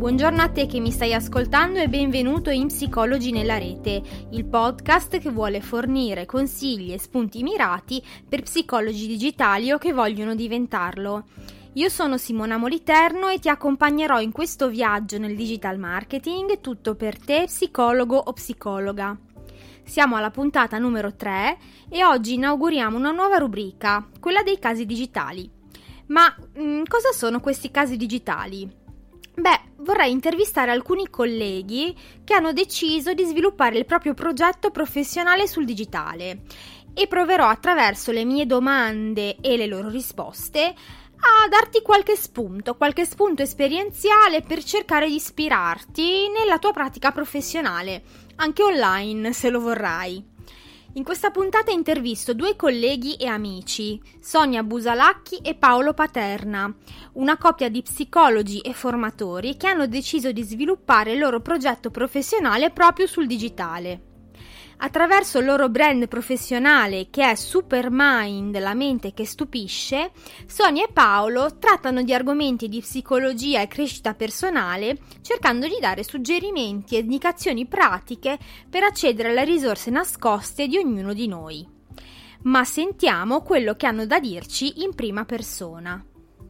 Buongiorno a te che mi stai ascoltando e benvenuto in Psicologi nella Rete, il podcast che vuole fornire consigli e spunti mirati per psicologi digitali o che vogliono diventarlo. Io sono Simona Moliterno e ti accompagnerò in questo viaggio nel digital marketing, tutto per te, psicologo o psicologa. Siamo alla puntata numero 3 e oggi inauguriamo una nuova rubrica, quella dei casi digitali. Ma cosa sono questi casi digitali? Vorrei intervistare alcuni colleghi che hanno deciso di sviluppare il proprio progetto professionale sul digitale e proverò attraverso le mie domande e le loro risposte a darti qualche spunto esperienziale per cercare di ispirarti nella tua pratica professionale, anche online se lo vorrai. In questa puntata intervisto due colleghi e amici, Sonia Busalacchi e Paolo Paterna, una coppia di psicologi e formatori che hanno deciso di sviluppare il loro progetto professionale proprio sul digitale. Attraverso il loro brand professionale che è Supermind, la mente che stupisce, Sonia e Paolo trattano di argomenti di psicologia e crescita personale, cercando di dare suggerimenti e indicazioni pratiche per accedere alle risorse nascoste di ognuno di noi. Ma sentiamo quello che hanno da dirci in prima persona.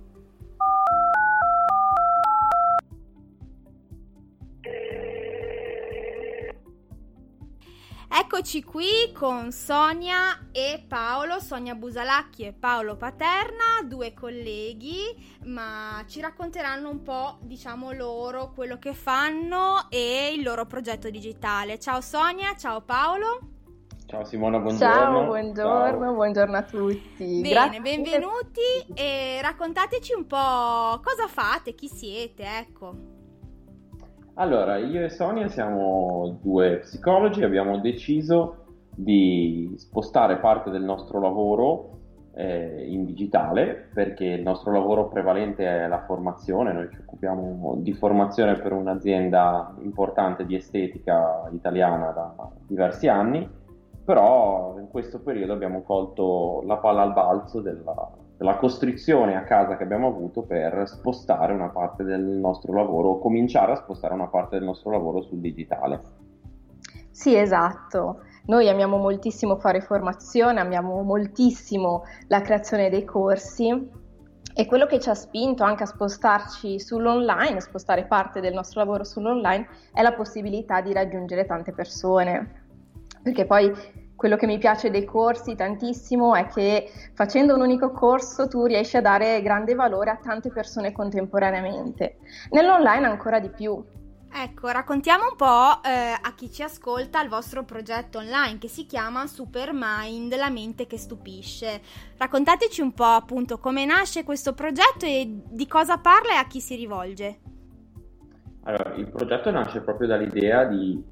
Eccoci qui con Sonia e Paolo, Sonia Busalacchi e Paolo Paterna, due colleghi, ma ci racconteranno un po', loro, quello che fanno e il loro progetto digitale. Ciao Sonia, ciao Paolo. Ciao Simona, buongiorno. Ciao, buongiorno a tutti. Bene, Grazie. Benvenuti e raccontateci un po' cosa fate, chi siete, ecco. Allora, io e Sonia siamo due psicologi, abbiamo deciso di spostare parte del nostro lavoro in digitale, perché il nostro lavoro prevalente è la formazione. Noi ci occupiamo di formazione per un'azienda importante di estetica italiana da diversi anni, però in questo periodo abbiamo colto la palla al balzo della costrizione a casa che abbiamo avuto per spostare una parte del nostro lavoro, cominciare a spostare una parte del nostro lavoro sul digitale. Sì, esatto. Noi amiamo moltissimo fare formazione, amiamo moltissimo la creazione dei corsi e quello che ci ha spinto anche a spostarci sull'online, spostare parte del nostro lavoro sull'online, è la possibilità di raggiungere tante persone. Perché poi quello che mi piace dei corsi tantissimo è che facendo un unico corso tu riesci a dare grande valore a tante persone contemporaneamente. Nell'online ancora di più. Ecco, raccontiamo un po' a chi ci ascolta il vostro progetto online che si chiama Supermind, la mente che stupisce. Raccontateci un po' appunto come nasce questo progetto e di cosa parla e a chi si rivolge. Allora, il progetto nasce proprio dall'idea di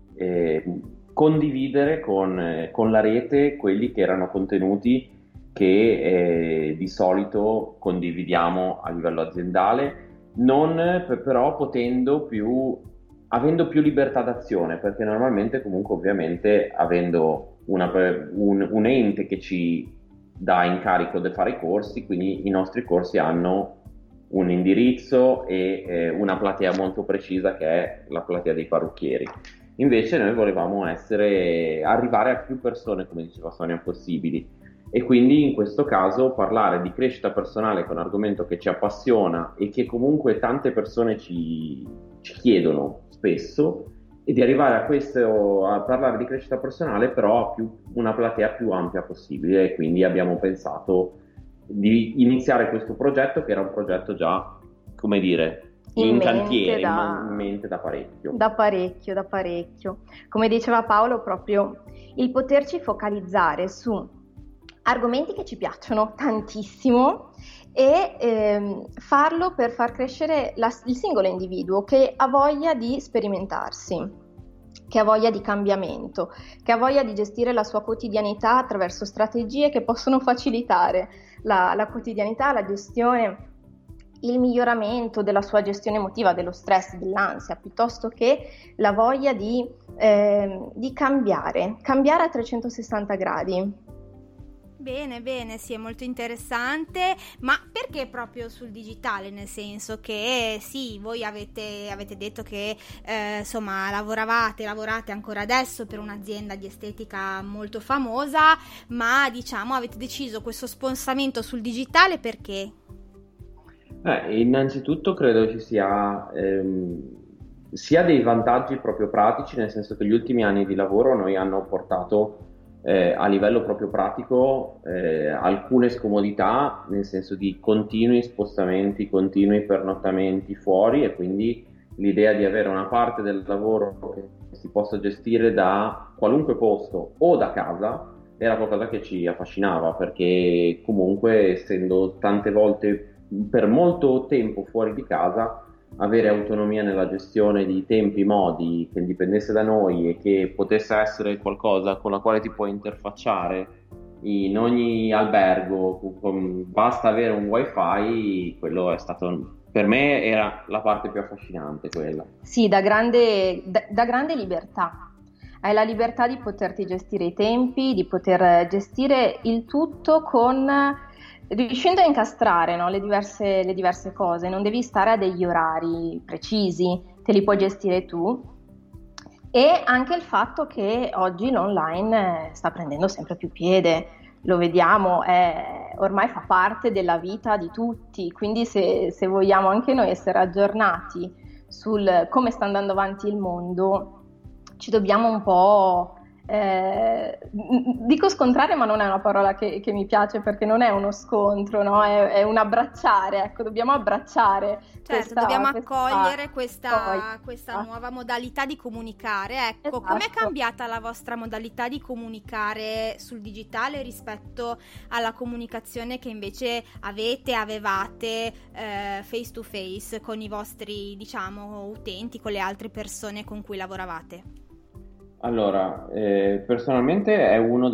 condividere con la rete quelli che erano contenuti che di solito condividiamo a livello aziendale, però avendo più libertà d'azione, perché normalmente comunque ovviamente avendo un ente che ci dà incarico di fare i corsi, quindi i nostri corsi hanno un indirizzo e una platea molto precisa che è la platea dei parrucchieri. Invece noi volevamo arrivare a più persone, come diceva Sonia, possibili, e quindi in questo caso parlare di crescita personale, che è un argomento che ci appassiona e che comunque tante persone ci chiedono spesso, e di arrivare a parlare di crescita personale però a una platea più ampia possibile. E quindi abbiamo pensato di iniziare questo progetto, che era un progetto già, come dire, in cantiere, in mente da parecchio. Da parecchio. Come diceva Paolo, proprio il poterci focalizzare su argomenti che ci piacciono tantissimo e farlo per far crescere il singolo individuo che ha voglia di sperimentarsi, che ha voglia di cambiamento, che ha voglia di gestire la sua quotidianità attraverso strategie che possono facilitare la quotidianità, la gestione, il miglioramento della sua gestione emotiva, dello stress, dell'ansia, piuttosto che la voglia di cambiare a 360 gradi. Bene, bene, sì, è molto interessante, ma perché proprio sul digitale? Nel senso che sì, voi avete detto che insomma lavorate ancora adesso per un'azienda di estetica molto famosa, ma diciamo avete deciso questo spostamento sul digitale perché? Innanzitutto credo ci sia dei vantaggi proprio pratici, nel senso che gli ultimi anni di lavoro noi hanno portato a livello proprio pratico alcune scomodità, nel senso di continui spostamenti, continui pernottamenti fuori, e quindi l'idea di avere una parte del lavoro che si possa gestire da qualunque posto o da casa era qualcosa che ci affascinava, perché comunque essendo tante volte per molto tempo fuori di casa, avere autonomia nella gestione di tempi, modi, che dipendesse da noi e che potesse essere qualcosa con la quale ti puoi interfacciare in ogni albergo, basta avere un wifi, quello è stato, per me era la parte più affascinante quella. Sì, da grande libertà. Hai la libertà di poterti gestire i tempi, di poter gestire il tutto riuscendo a incastrare, no, le diverse cose. Non devi stare a degli orari precisi, te li puoi gestire tu. E anche il fatto che oggi l'online sta prendendo sempre più piede, lo vediamo, ormai fa parte della vita di tutti, quindi se vogliamo anche noi essere aggiornati sul come sta andando avanti il mondo, ci dobbiamo un po', dico scontrare, ma non è una parola che mi piace, perché non è uno scontro, no? È un abbracciare, ecco, dobbiamo abbracciare. Certo, dobbiamo accogliere questa nuova modalità di comunicare. Ecco, Esatto. com'è cambiata la vostra modalità di comunicare sul digitale rispetto alla comunicazione che invece avevate face to face con i vostri, diciamo, utenti, con le altre persone con cui lavoravate? Allora, personalmente è un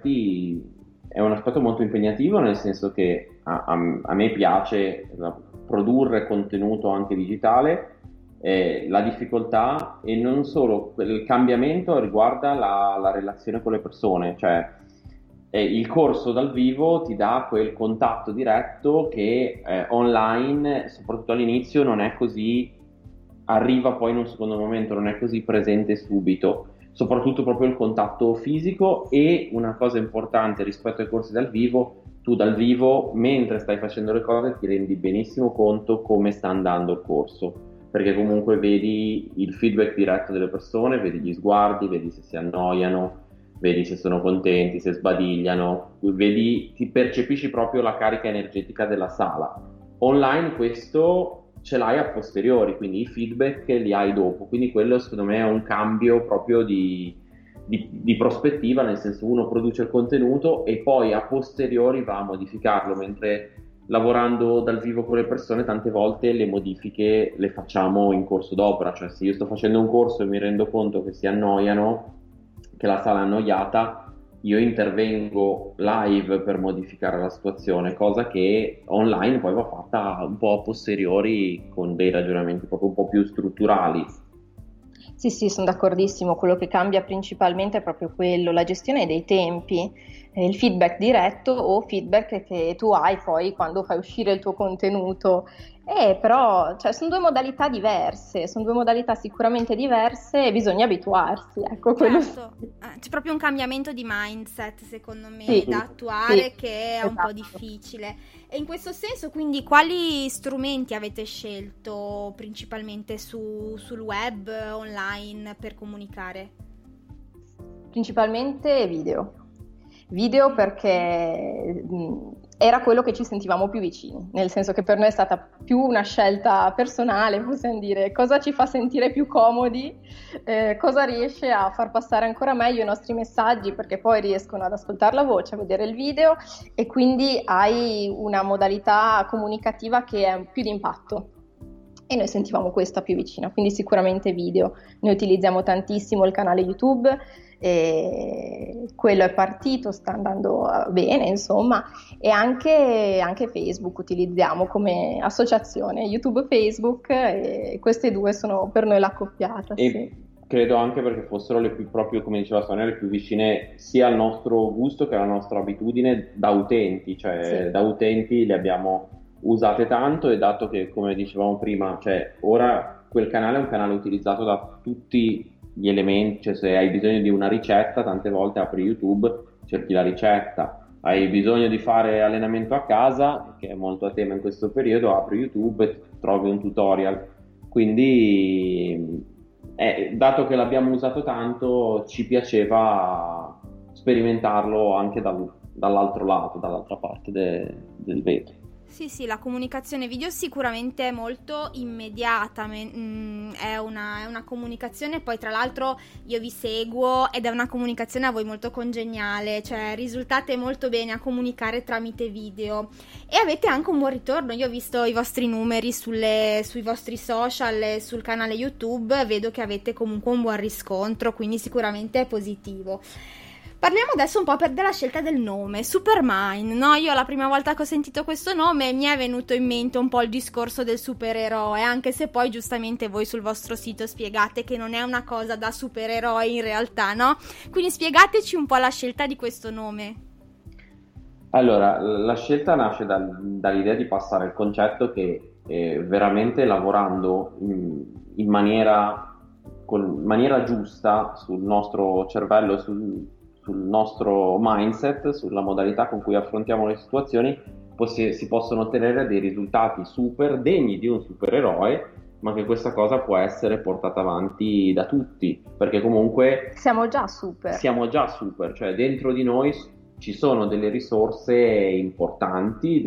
aspetto molto impegnativo, nel senso che a me piace produrre contenuto anche digitale, la difficoltà e non solo, il cambiamento riguarda la relazione con le persone, cioè il corso dal vivo ti dà quel contatto diretto che online, soprattutto all'inizio, non è così, arriva poi in un secondo momento, non è così presente subito. Soprattutto proprio il contatto fisico, e una cosa importante rispetto ai corsi dal vivo, tu dal vivo mentre stai facendo le cose ti rendi benissimo conto come sta andando il corso, perché comunque vedi il feedback diretto delle persone, vedi gli sguardi, vedi se si annoiano, vedi se sono contenti, se sbadigliano, ti percepisci proprio la carica energetica della sala. Online questo ce l'hai a posteriori, quindi i feedback li hai dopo, quindi quello secondo me è un cambio proprio di prospettiva, nel senso uno produce il contenuto e poi a posteriori va a modificarlo, mentre lavorando dal vivo con le persone tante volte le modifiche le facciamo in corso d'opera, cioè se io sto facendo un corso e mi rendo conto che si annoiano, che la sala è annoiata, io intervengo live per modificare la situazione, cosa che online poi va fatta un po' a posteriori con dei ragionamenti proprio un po' più strutturali. Sì, sono d'accordissimo. Quello che cambia principalmente è proprio quello, la gestione dei tempi, il feedback diretto o feedback che tu hai poi quando fai uscire il tuo contenuto. Però sono due modalità diverse, sono due modalità sicuramente diverse e bisogna abituarsi. Ecco, quello certo. C'è proprio un cambiamento di mindset, secondo me, sì, da attuare, sì, che è un po' esatto. difficile. E in questo senso, quindi, quali strumenti avete scelto principalmente sul web, online, per comunicare? Principalmente video perché era quello che ci sentivamo più vicini, nel senso che per noi è stata più una scelta personale, possiamo dire, cosa ci fa sentire più comodi, cosa riesce a far passare ancora meglio i nostri messaggi, perché poi riescono ad ascoltare la voce, a vedere il video, e quindi hai una modalità comunicativa che è più di impatto. E noi sentivamo questa più vicina, quindi sicuramente video. Noi utilizziamo tantissimo il canale YouTube, e quello è partito, sta andando bene, insomma, e anche Facebook utilizziamo come associazione, YouTube Facebook, e queste due sono per noi l'accoppiata. E sì. credo anche perché fossero le più, proprio come diceva Sonia, le più vicine sia al nostro gusto che alla nostra abitudine da utenti, cioè Sì. da utenti le abbiamo usate tanto, e dato che, come dicevamo prima, cioè ora quel canale è un canale utilizzato da tutti gli elementi, cioè se hai bisogno di una ricetta, tante volte apri YouTube, cerchi la ricetta, hai bisogno di fare allenamento a casa, che è molto a tema in questo periodo, apri YouTube e trovi un tutorial. Quindi, dato che l'abbiamo usato tanto, ci piaceva sperimentarlo anche dall'altro lato, dall'altra parte del vetro. Sì, sì, la comunicazione video sicuramente è molto immediata, è una comunicazione, poi tra l'altro io vi seguo ed è una comunicazione a voi molto congeniale, cioè risultate molto bene a comunicare tramite video e avete anche un buon ritorno. Io ho visto i vostri numeri sui vostri social e sul canale YouTube, vedo che avete comunque un buon riscontro, quindi sicuramente è positivo. Parliamo adesso un po' della scelta del nome, Supermind, no? Io la prima volta che ho sentito questo nome mi è venuto in mente un po' il discorso del supereroe, anche se poi giustamente voi sul vostro sito spiegate che non è una cosa da supereroi in realtà, no? Quindi spiegateci un po' la scelta di questo nome. Allora, la scelta nasce dall'idea di passare il concetto che veramente lavorando in maniera giusta sul nostro cervello, sul nostro mindset, sulla modalità con cui affrontiamo le situazioni, si possono ottenere dei risultati super degni di un supereroe, ma che questa cosa può essere portata avanti da tutti, perché comunque siamo già super, cioè dentro di noi ci sono delle risorse importanti,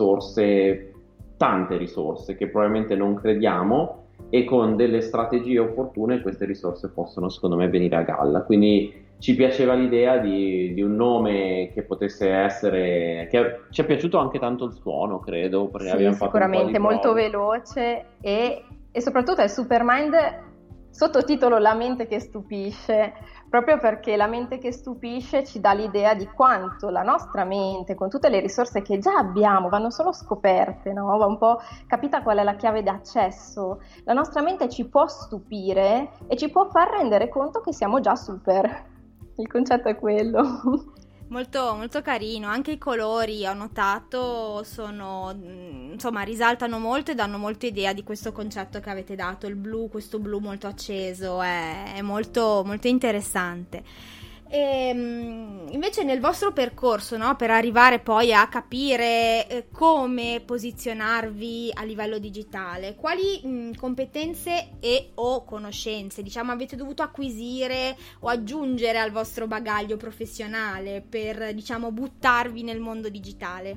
tante risorse che probabilmente non crediamo, e con delle strategie opportune queste risorse possono, secondo me, venire a galla. Quindi ci piaceva l'idea di un nome che potesse essere, che ci è piaciuto anche tanto il suono, credo, perché sì, abbiamo fatto sicuramente un po' di molto prove. veloce e soprattutto è Supermind, sottotitolo La mente che stupisce, proprio perché la mente che stupisce ci dà l'idea di quanto la nostra mente, con tutte le risorse che già abbiamo, vanno solo scoperte, no? Va un po' capita qual è la chiave d'accesso. La nostra mente ci può stupire e ci può far rendere conto che siamo già super. Il concetto è quello. Molto, molto carino, anche i colori ho notato insomma, risaltano molto e danno molto idea di questo concetto che avete dato, il blu, questo blu molto acceso, è molto, molto interessante. E invece nel vostro percorso, no, per arrivare poi a capire come posizionarvi a livello digitale, quali competenze e o conoscenze, diciamo, avete dovuto acquisire o aggiungere al vostro bagaglio professionale per, diciamo, buttarvi nel mondo digitale?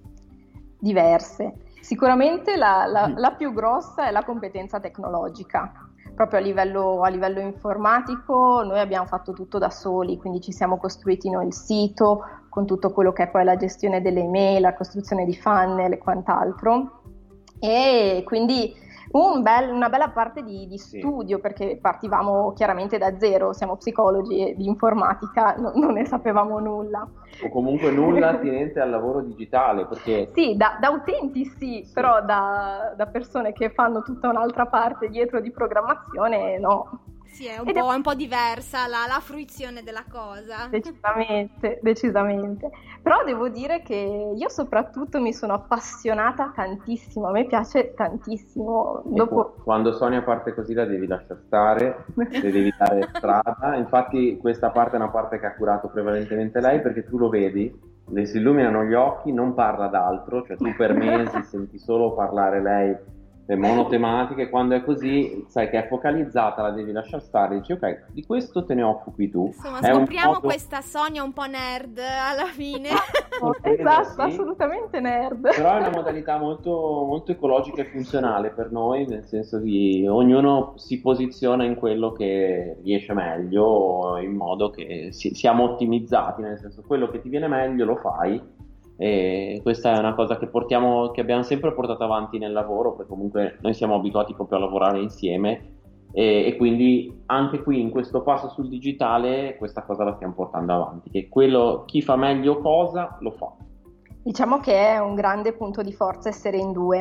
Diverse. Sicuramente la più grossa è la competenza tecnologica. Proprio a livello informatico noi abbiamo fatto tutto da soli, quindi ci siamo costruiti noi il sito con tutto quello che è poi la gestione delle email, la costruzione di funnel e quant'altro, e quindi una bella parte di studio, perché partivamo chiaramente da zero, siamo psicologi e di informatica non ne sapevamo nulla. O comunque nulla attinente al lavoro digitale, perché sì, da utenti sì, però da persone che fanno tutta un'altra parte dietro di programmazione no. Sì, è un po' diversa la fruizione della cosa. Decisamente. Però devo dire che io soprattutto mi sono appassionata tantissimo, a me piace tantissimo. Quando Sonia parte così la devi lasciare stare, le devi dare strada. Infatti questa parte è una parte che ha curato prevalentemente lei, perché tu lo vedi, le si illuminano gli occhi, non parla d'altro, cioè tu per mesi senti solo parlare lei monotematiche. Quando è così sai che è focalizzata, la devi lasciare stare, dici ok, di questo te ne occupi tu. Insomma, scopriamo questa Sonia un po' nerd alla fine. Esatto, sì, assolutamente nerd. però è una modalità molto, molto ecologica e funzionale per noi, nel senso di ognuno si posiziona in quello che riesce meglio, in modo che siamo ottimizzati, nel senso quello che ti viene meglio lo fai. E questa è una cosa che abbiamo sempre portato avanti nel lavoro, perché comunque noi siamo abituati proprio a lavorare insieme, e quindi anche qui in questo passo sul digitale questa cosa la stiamo portando avanti, che chi fa meglio cosa lo fa. Diciamo che è un grande punto di forza essere in due,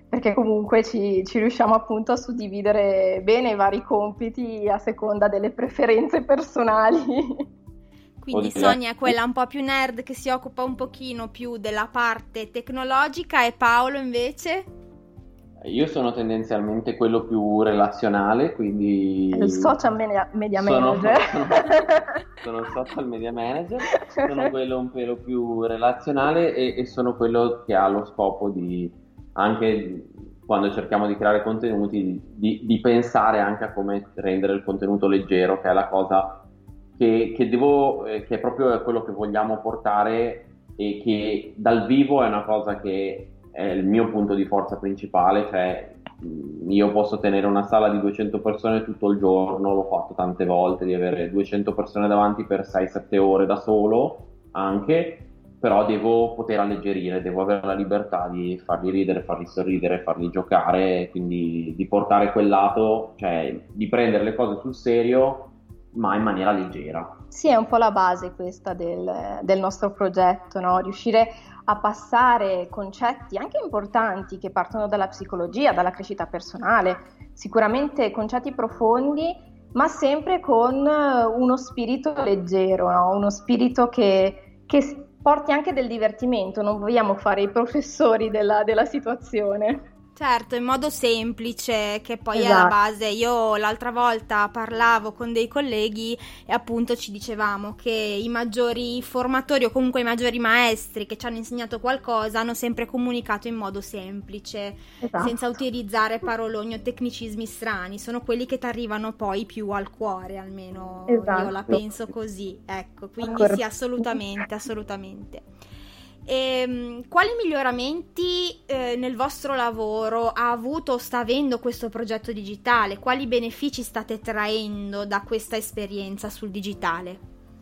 perché comunque ci riusciamo appunto a suddividere bene i vari compiti a seconda delle preferenze personali. Quindi Sonia è quella un po' più nerd che si occupa un pochino più della parte tecnologica, e Paolo invece? Io sono tendenzialmente quello più relazionale, quindi Il social media manager. Sono il social media manager, sono quello un pelo più relazionale e sono quello che ha lo scopo di, anche quando cerchiamo di creare contenuti, di pensare anche a come rendere il contenuto leggero, che è la cosa che è proprio quello che vogliamo portare, e che dal vivo è una cosa che è il mio punto di forza principale. Cioè io posso tenere una sala di 200 persone tutto il giorno, l'ho fatto tante volte, di avere 200 persone davanti per 6-7 ore da solo anche, però devo poter alleggerire, devo avere la libertà di farli ridere, farli sorridere, farli giocare, quindi di portare quel lato, cioè di prendere le cose sul serio ma in maniera leggera. Sì, è un po' la base questa del nostro progetto, no? Riuscire a passare concetti anche importanti che partono dalla psicologia, dalla crescita personale, sicuramente concetti profondi, ma sempre con uno spirito leggero, no? Uno spirito che porti anche del divertimento, non vogliamo fare i professori della situazione. Certo, in modo semplice, che poi Esatto. è la base. Io l'altra volta parlavo con dei colleghi e appunto ci dicevamo che i maggiori formatori, o comunque i maggiori maestri che ci hanno insegnato qualcosa, hanno sempre comunicato in modo semplice, Esatto. senza utilizzare paroloni o tecnicismi strani. Sono quelli che ti arrivano poi più al cuore, almeno Esatto. io la penso così. Ecco, quindi sì, assolutamente, assolutamente. Quali miglioramenti nel vostro lavoro ha avuto o sta avendo questo progetto digitale? Quali benefici state traendo da questa esperienza sul digitale?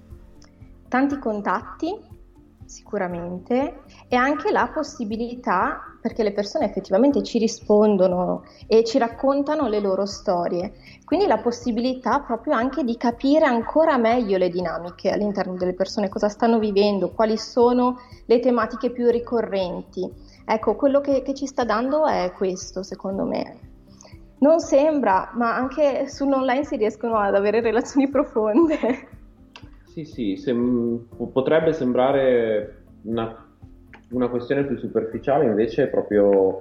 Tanti contatti, sicuramente, e anche la possibilità, perché le persone effettivamente ci rispondono e ci raccontano le loro storie, quindi la possibilità proprio anche di capire ancora meglio le dinamiche all'interno delle persone, cosa stanno vivendo, quali sono le tematiche più ricorrenti. Ecco, quello che ci sta dando è questo, secondo me. Non sembra, ma anche sull'online si riescono ad avere relazioni profonde. Sì, potrebbe sembrare una questione più superficiale, invece è proprio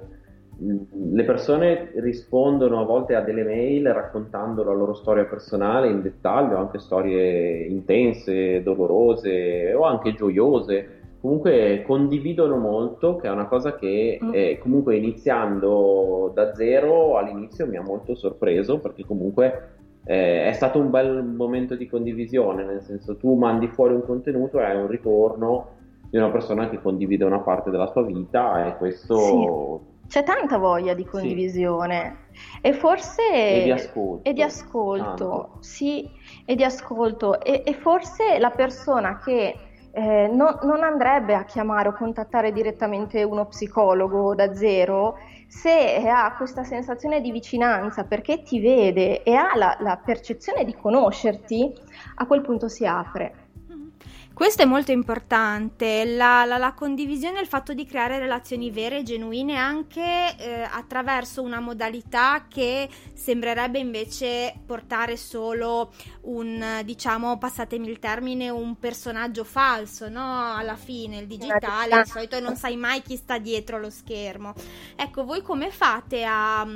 le persone rispondono a volte a delle mail raccontando la loro storia personale in dettaglio, anche storie intense, dolorose o anche gioiose. Comunque condividono molto, che è una cosa che comunque iniziando da zero all'inizio mi ha molto sorpreso, perché comunque è stato un bel momento di condivisione, nel senso, tu mandi fuori un contenuto e hai un ritorno di una persona che condivide una parte della sua vita, e questo... Sì. C'è tanta voglia di condivisione, sì. E forse... E di ascolto. E di ascolto, sì, e di ascolto. E forse la persona che non andrebbe a chiamare o contattare direttamente uno psicologo da zero, se ha questa sensazione di vicinanza perché ti vede e ha la percezione di conoscerti, a quel punto si apre. Questo è molto importante, la condivisione, il fatto di creare relazioni vere e genuine anche attraverso una modalità che sembrerebbe invece portare solo un, diciamo, passatemi il termine, un personaggio falso, no? Alla fine il digitale, di solito non sai mai chi sta dietro lo schermo. Ecco, voi come fate a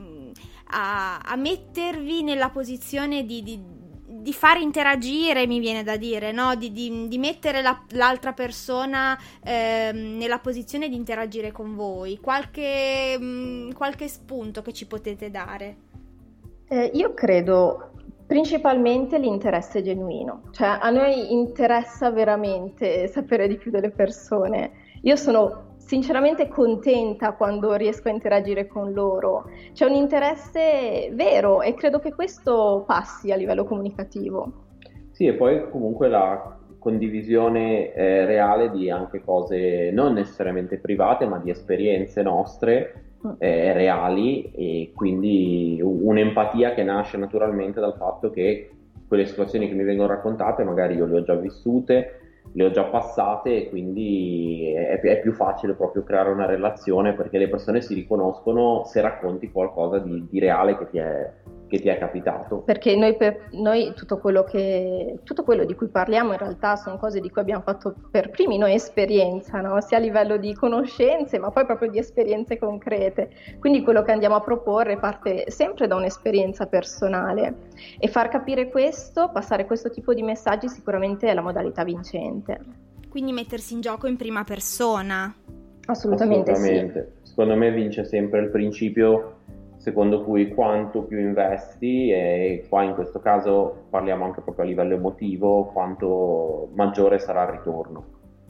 mettervi nella posizione di far interagire, mi viene da dire, no? Di mettere l'altra persona nella posizione di interagire con voi? Qualche spunto che ci potete dare? Io credo principalmente l'interesse genuino, cioè a noi interessa veramente sapere di più delle persone. Io sono sinceramente contenta quando riesco a interagire con loro, c'è un interesse vero e credo che questo passi a livello comunicativo. Sì, e poi comunque la condivisione reale di anche cose non necessariamente private, ma di esperienze nostre reali, e quindi un'empatia che nasce naturalmente dal fatto che quelle situazioni che mi vengono raccontate magari io le ho già vissute, le ho già passate e quindi è più facile proprio creare una relazione perché le persone si riconoscono se racconti qualcosa di reale che ti è capitato. Perché noi tutto quello di cui parliamo in realtà sono cose di cui abbiamo fatto per primi noi esperienza, no? Sia a livello di conoscenze, ma poi proprio di esperienze concrete. Quindi quello che andiamo a proporre parte sempre da un'esperienza personale e far capire questo, passare questo tipo di messaggi sicuramente è la modalità vincente. Quindi mettersi in gioco in prima persona. Assolutamente sì. Secondo me vince sempre il principio secondo cui quanto più investi, e qua in questo caso parliamo anche proprio a livello emotivo, quanto maggiore sarà il ritorno.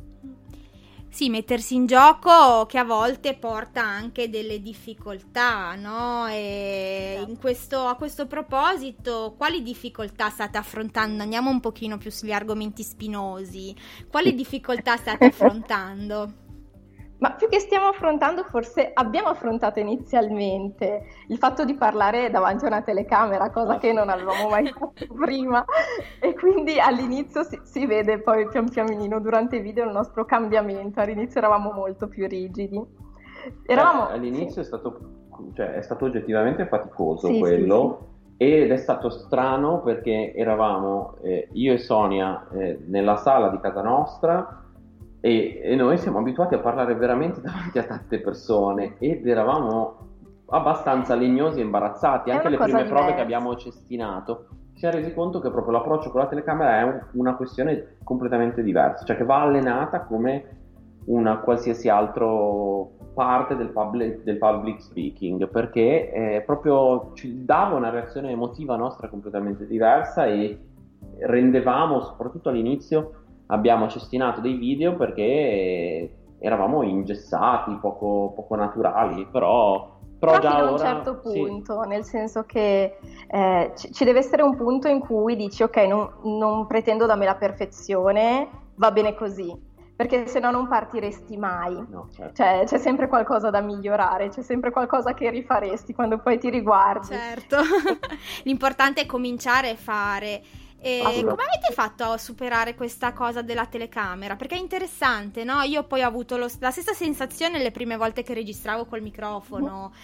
Sì, mettersi in gioco che a volte porta anche delle difficoltà, no? E a questo proposito, quali difficoltà state affrontando? Andiamo un pochino più sugli argomenti spinosi. Quali difficoltà state affrontando? Ma più che stiamo affrontando, forse abbiamo affrontato inizialmente il fatto di parlare davanti a una telecamera, cosa che non avevamo mai fatto prima, e quindi all'inizio si vede poi pian pianino durante i video il nostro cambiamento. All'inizio eravamo molto più rigidi. All'inizio è stato oggettivamente faticoso quello. Sì. Ed è stato strano perché eravamo io e Sonia nella sala di casa nostra, e noi siamo abituati a parlare veramente davanti a tante persone ed eravamo abbastanza legnosi e imbarazzati. Anche le prime prove che abbiamo cestinato ci siamo resi conto che proprio l'approccio con la telecamera è una questione completamente diversa, cioè che va allenata come una qualsiasi altra parte del public speaking, perché proprio ci dava una reazione emotiva nostra completamente diversa e rendevamo, soprattutto all'inizio, abbiamo cestinato dei video perché eravamo ingessati, poco naturali, però già fino a un ora, certo punto, sì. Nel senso che ci deve essere un punto in cui dici ok, non pretendo da me la perfezione, va bene così, perché se no non partiresti mai. No, certo. Cioè, c'è sempre qualcosa da migliorare, c'è sempre qualcosa che rifaresti quando poi ti riguardi. Certo, l'importante è cominciare e fare. E come avete fatto a superare questa cosa della telecamera? Perché è interessante, no? Io poi ho avuto la stessa sensazione le prime volte che registravo col microfono.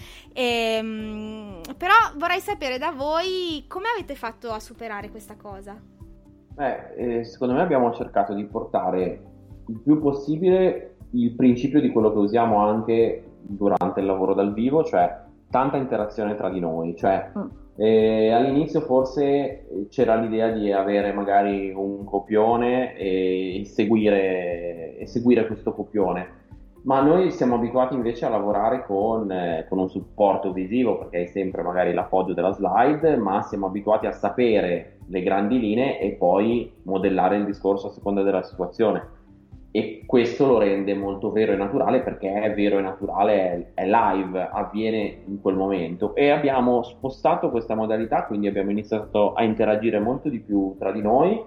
Però vorrei sapere da voi come avete fatto a superare questa cosa? Secondo me abbiamo cercato di portare il più possibile il principio di quello che usiamo anche durante il lavoro dal vivo, cioè tanta interazione tra di noi, cioè all'inizio forse c'era l'idea di avere magari un copione e seguire questo copione, ma noi siamo abituati invece a lavorare con un supporto visivo, perché hai sempre magari l'appoggio della slide, ma siamo abituati a sapere le grandi linee e poi modellare il discorso a seconda della situazione. E questo lo rende molto vero e naturale, perché è vero e naturale, è live, avviene in quel momento, e abbiamo spostato questa modalità, quindi abbiamo iniziato a interagire molto di più tra di noi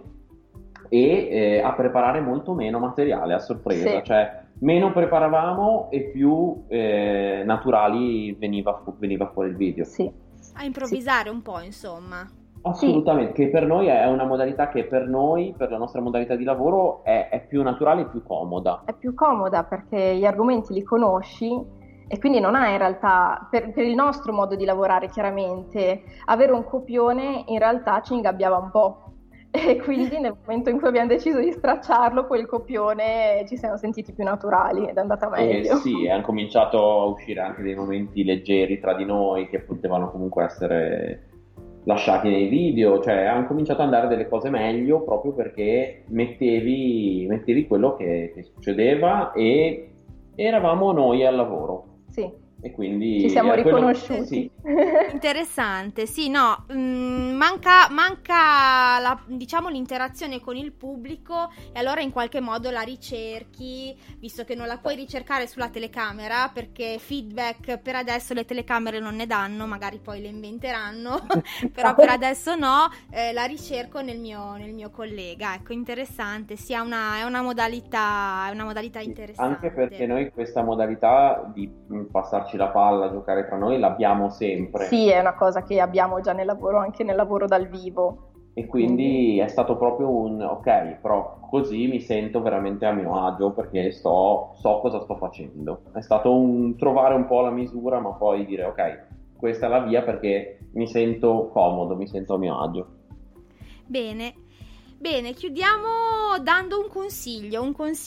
e a preparare molto meno materiale a sorpresa, sì. Cioè meno preparavamo e più naturali veniva fuori il video. Sì. A improvvisare un po', insomma. Assolutamente, sì. Che per noi è una modalità che per la nostra modalità di lavoro è più naturale e più comoda. È più comoda perché gli argomenti li conosci e quindi non hai in realtà, per il nostro modo di lavorare chiaramente, avere un copione in realtà ci ingabbiava un po'. E quindi nel momento in cui abbiamo deciso di stracciarlo, poi il copione ci siamo sentiti più naturali ed è andata meglio. Sì, hanno cominciato a uscire anche dei momenti leggeri tra di noi che potevano comunque essere lasciati nei video, cioè hanno cominciato ad andare delle cose meglio proprio perché mettevi quello che succedeva e eravamo noi al lavoro. Sì. E quindi ci siamo riconosciuti. Sì. Interessante, sì, no, manca diciamo l'interazione con il pubblico, e allora in qualche modo la ricerchi, visto che non la puoi ricercare sulla telecamera perché feedback per adesso le telecamere non ne danno, magari poi le inventeranno, però per adesso no, la ricerco nel mio collega. Ecco, interessante, sì, è una modalità interessante. Anche perché noi questa modalità di passarci la palla, giocare tra noi, l'abbiamo sempre. Sì, è una cosa che abbiamo già nel lavoro, anche nel lavoro dal vivo. E quindi è stato proprio un ok, però così mi sento veramente a mio agio perché so cosa sto facendo. È stato un trovare un po' la misura, ma poi dire ok, questa è la via perché mi sento comodo, mi sento a mio agio. Bene. Bene, chiudiamo dando un consiglio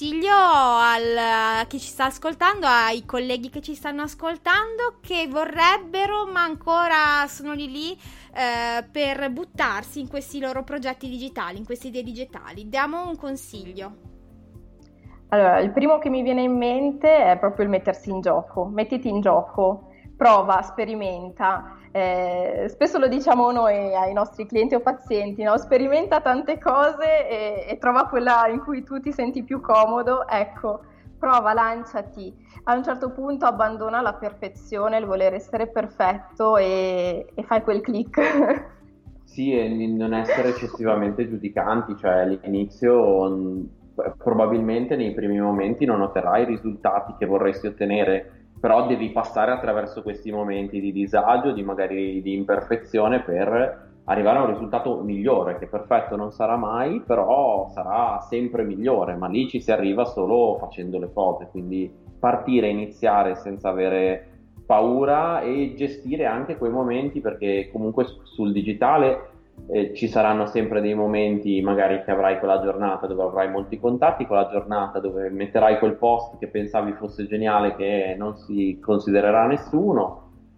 a chi ci sta ascoltando, ai colleghi che ci stanno ascoltando, che vorrebbero, ma ancora sono lì per buttarsi in questi loro progetti digitali, in queste idee digitali. Diamo un consiglio. Allora, il primo che mi viene in mente è proprio il mettersi in gioco. Mettiti in gioco, prova, sperimenta. Spesso lo diciamo noi ai nostri clienti o pazienti, no? Sperimenta tante cose e trova quella in cui tu ti senti più comodo. Ecco, prova, lanciati. A un certo punto abbandona la perfezione, il voler essere perfetto e fai quel click. Sì, e non essere eccessivamente giudicanti, cioè all'inizio probabilmente nei primi momenti non otterrai i risultati che vorresti ottenere, però devi passare attraverso questi momenti di disagio, magari di imperfezione per arrivare a un risultato migliore, che perfetto non sarà mai, però sarà sempre migliore, ma lì ci si arriva solo facendo le cose, quindi partire, iniziare senza avere paura e gestire anche quei momenti, perché comunque sul digitale ci saranno sempre dei momenti magari che avrai quella giornata dove avrai molti contatti, quella giornata dove metterai quel post che pensavi fosse geniale che non si considererà nessuno,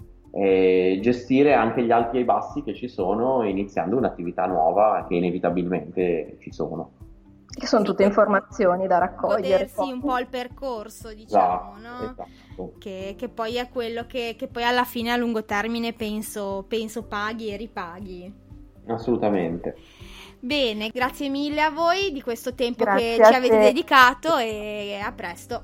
e gestire anche gli alti e i bassi che ci sono iniziando un'attività nuova che inevitabilmente ci sono. Che sono tutte informazioni da raccogliere. Godersi un po' il percorso, diciamo, no? Esatto. Che poi è quello che poi alla fine a lungo termine penso paghi e ripaghi. Assolutamente. Bene, grazie mille a voi di questo tempo Grazie che ci avete dedicato e a presto.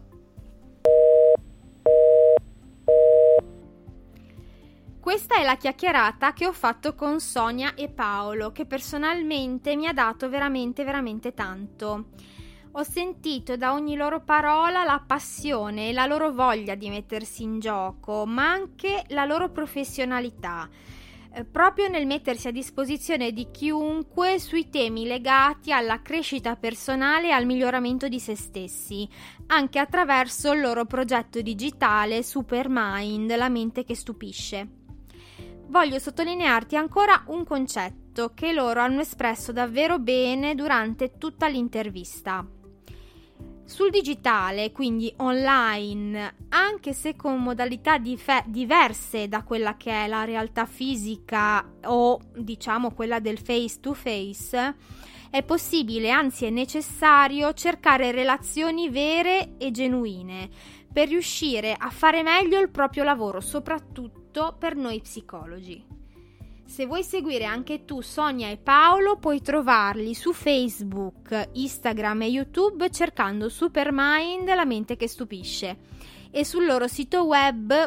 Questa è la chiacchierata che ho fatto con Sonia e Paolo, che personalmente mi ha dato veramente, veramente tanto. Ho sentito da ogni loro parola la passione e la loro voglia di mettersi in gioco, ma anche la loro professionalità, proprio nel mettersi a disposizione di chiunque sui temi legati alla crescita personale e al miglioramento di se stessi, anche attraverso il loro progetto digitale Supermind, la mente che stupisce. Voglio sottolinearti ancora un concetto che loro hanno espresso davvero bene durante tutta l'intervista. Sul digitale, quindi online, anche se con modalità diverse da quella che è la realtà fisica o diciamo quella del face to face, è possibile, anzi è necessario, cercare relazioni vere e genuine per riuscire a fare meglio il proprio lavoro, soprattutto per noi psicologi. Se vuoi seguire anche tu Sonia e Paolo, puoi trovarli su Facebook, Instagram e YouTube cercando Supermind, la mente che stupisce, e sul loro sito web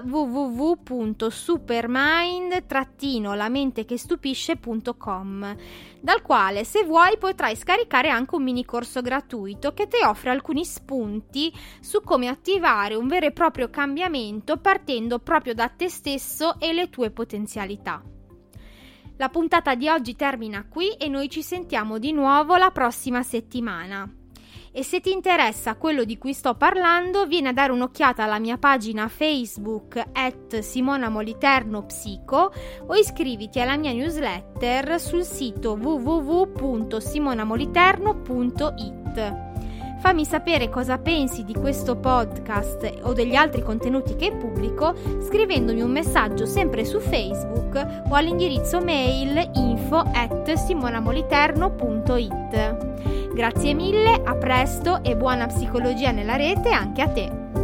www.supermind-lamentechestupisce.com, dal quale, se vuoi, potrai scaricare anche un mini corso gratuito che ti offre alcuni spunti su come attivare un vero e proprio cambiamento partendo proprio da te stesso e le tue potenzialità. La puntata di oggi termina qui e noi ci sentiamo di nuovo la prossima settimana. E se ti interessa quello di cui sto parlando, vieni a dare un'occhiata alla mia pagina Facebook @simonamoliternopsico o iscriviti alla mia newsletter sul sito www.simonamoliterno.it. Fammi sapere cosa pensi di questo podcast o degli altri contenuti che pubblico scrivendomi un messaggio sempre su Facebook o all'indirizzo mail info@simonamoliterno.it. Grazie mille, a presto e buona psicologia nella rete anche a te!